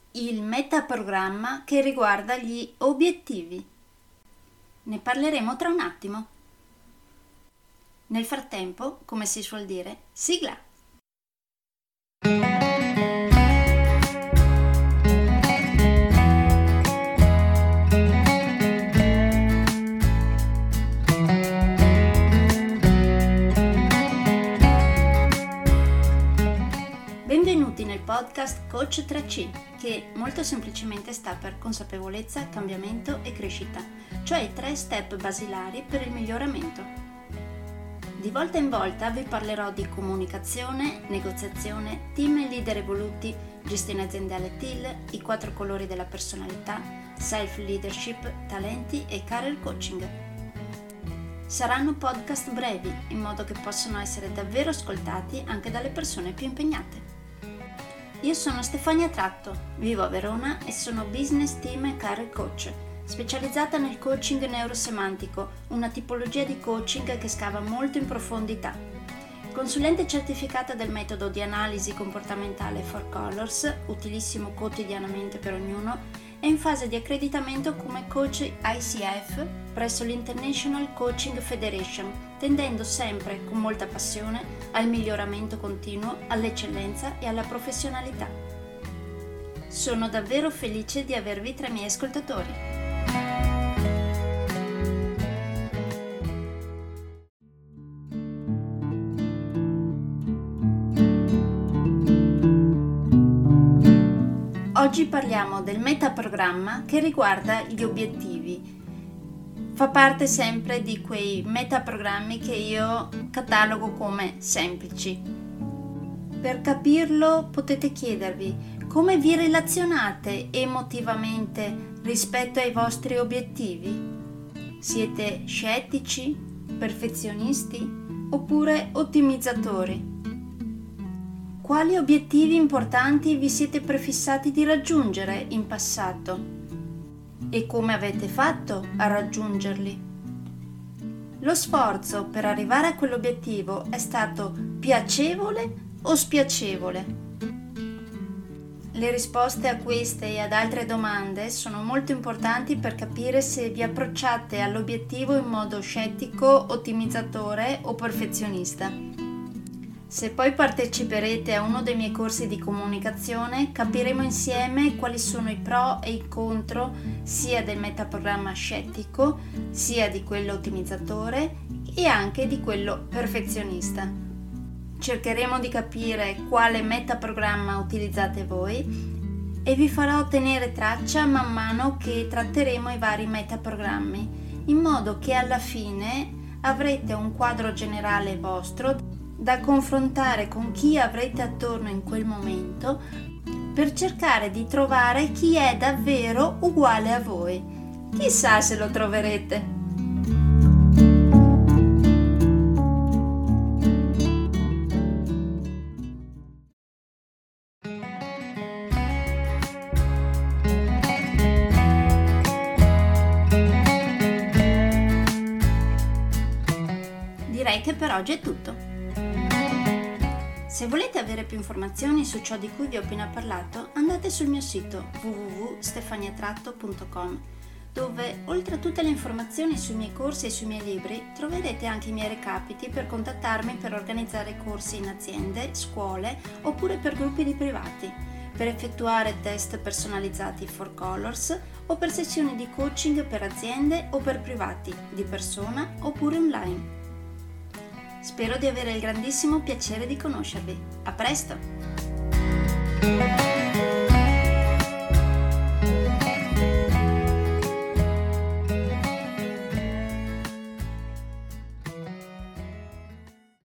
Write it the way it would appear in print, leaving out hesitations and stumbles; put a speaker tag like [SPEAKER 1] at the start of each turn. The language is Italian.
[SPEAKER 1] il metaprogramma che riguarda gli obiettivi. Ne parleremo tra un attimo. Nel frattempo, come si suol dire, sigla! Benvenuti nel podcast Coach 3C, che molto semplicemente sta per consapevolezza, cambiamento e crescita, cioè i 3 step basilari per il miglioramento. Di volta in volta vi parlerò di comunicazione, negoziazione, team e leader evoluti, gestione aziendale TIL, i 4 colori della personalità, self-leadership, talenti e career coaching. Saranno podcast brevi, in modo che possano essere davvero ascoltati anche dalle persone più impegnate. Io sono Stefania Tratto, vivo a Verona e sono business team e career coach, specializzata nel coaching neurosemantico, una tipologia di coaching che scava molto in profondità. Consulente certificata del metodo di analisi comportamentale 4Colors, utilissimo quotidianamente per ognuno, è in fase di accreditamento come coach ICF presso l'International Coaching Federation, tendendo sempre con molta passione al miglioramento continuo, all'eccellenza e alla professionalità. Sono davvero felice di avervi tra i miei ascoltatori. Oggi parliamo del metaprogramma che riguarda gli obiettivi. Fa parte sempre di quei metaprogrammi che io catalogo come semplici. Per capirlo potete chiedervi come vi relazionate emotivamente rispetto ai vostri obiettivi. Siete scettici, perfezionisti oppure ottimizzatori? Quali obiettivi importanti vi siete prefissati di raggiungere in passato? E come avete fatto a raggiungerli? Lo sforzo per arrivare a quell'obiettivo è stato piacevole o spiacevole? Le risposte a queste e ad altre domande sono molto importanti per capire se vi approcciate all'obiettivo in modo scettico, ottimizzatore o perfezionista. Se poi parteciperete a uno dei miei corsi di comunicazione, capiremo insieme quali sono i pro e i contro sia del metaprogramma scettico, sia di quello ottimizzatore e anche di quello perfezionista. Cercheremo di capire quale metaprogramma utilizzate voi e vi farò tenere traccia man mano che tratteremo i vari metaprogrammi, in modo che alla fine avrete un quadro generale vostro da confrontare con chi avrete attorno in quel momento per cercare di trovare chi è davvero uguale a voi. Chissà se lo troverete. Direi che per oggi è tutto. Se volete avere più informazioni su ciò di cui vi ho appena parlato, andate sul mio sito www.stefaniatratto.com, dove oltre a tutte le informazioni sui miei corsi e sui miei libri troverete anche i miei recapiti per contattarmi per organizzare corsi in aziende, scuole oppure per gruppi di privati, per effettuare test personalizzati 4Colors o per sessioni di coaching per aziende o per privati, di persona oppure online. Spero di avere il grandissimo piacere di conoscervi. A presto!